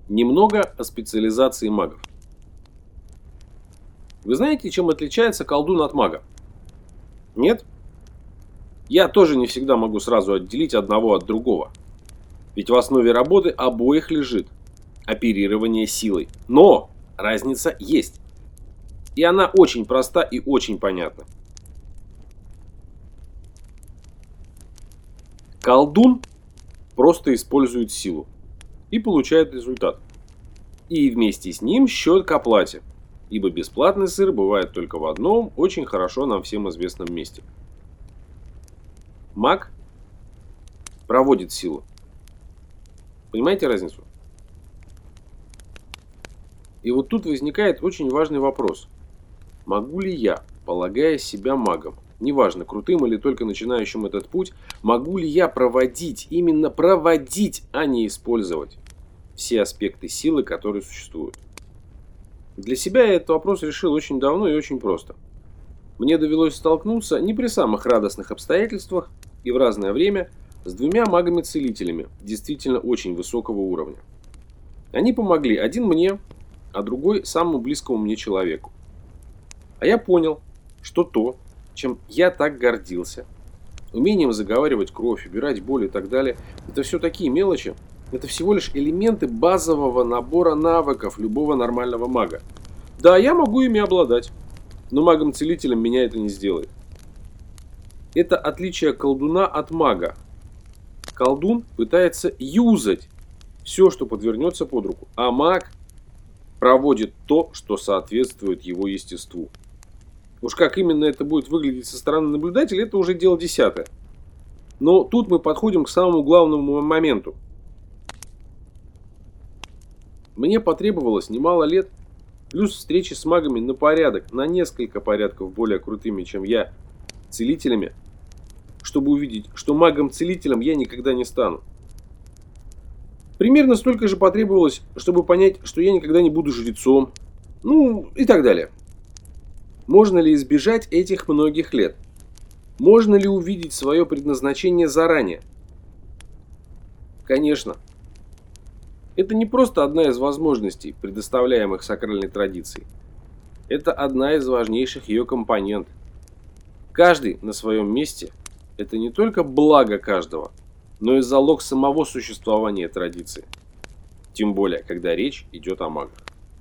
Немного о специализации магов. Вы знаете, чем отличается колдун от мага? Нет? Я тоже не всегда могу сразу отделить одного от другого. Ведь в основе работы обоих лежит оперирование силой. Но разница есть. И она очень проста и очень понятна. Колдун просто использует силу и получает результат. И вместе с ним счет к оплате. Ибо бесплатный сыр бывает только в одном, очень хорошо нам всем известном месте. Маг проводит силу. Понимаете разницу? И вот тут возникает очень важный вопрос. Могу ли я, полагая себя магом, неважно, крутым или только начинающим этот путь, могу ли я проводить, именно проводить, а не использовать все аспекты силы, которые существуют? Для себя я этот вопрос решил очень давно и очень просто. Мне довелось столкнуться не при самых радостных обстоятельствах и в разное время с двумя магами-целителями, действительно очень высокого уровня. Они помогли, один мне, а другой самому близкому мне человеку. А я понял, что то, чем я так гордился, умением заговаривать кровь, убирать боль и так далее, это все такие мелочи, это всего лишь элементы базового набора навыков любого нормального мага. Да, я могу ими обладать, но магом-целителем меня это не сделает. Это отличие колдуна от мага. Колдун пытается юзать все, что подвернется под руку, а маг проводит то, что соответствует его естеству. Уж как именно это будет выглядеть со стороны наблюдателя, это уже дело десятое. Но тут мы подходим к самому главному моменту. Мне потребовалось немало лет, плюс встречи с магами на порядок, на несколько порядков более крутыми, чем я, целителями, чтобы увидеть, что магом-целителем я никогда не стану. Примерно столько же потребовалось, чтобы понять, что я никогда не буду жрецом, ну и так далее. Можно ли избежать этих многих лет? Можно ли увидеть свое предназначение заранее? Конечно. Это не просто одна из возможностей, предоставляемых сакральной традицией. Это одна из важнейших ее компонентов. Каждый на своем месте – это не только благо каждого, но и залог самого существования традиции. Тем более, когда речь идет о магах.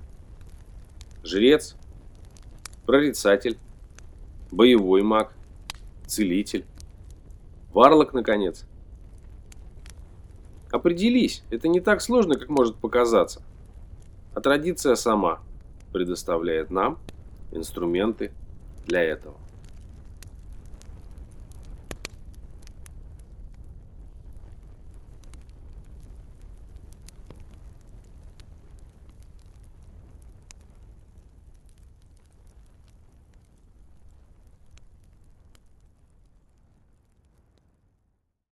Жрец, прорицатель, боевой маг, целитель, варлок, наконец. Определись, это не так сложно, как может показаться. А традиция сама предоставляет нам инструменты для этого.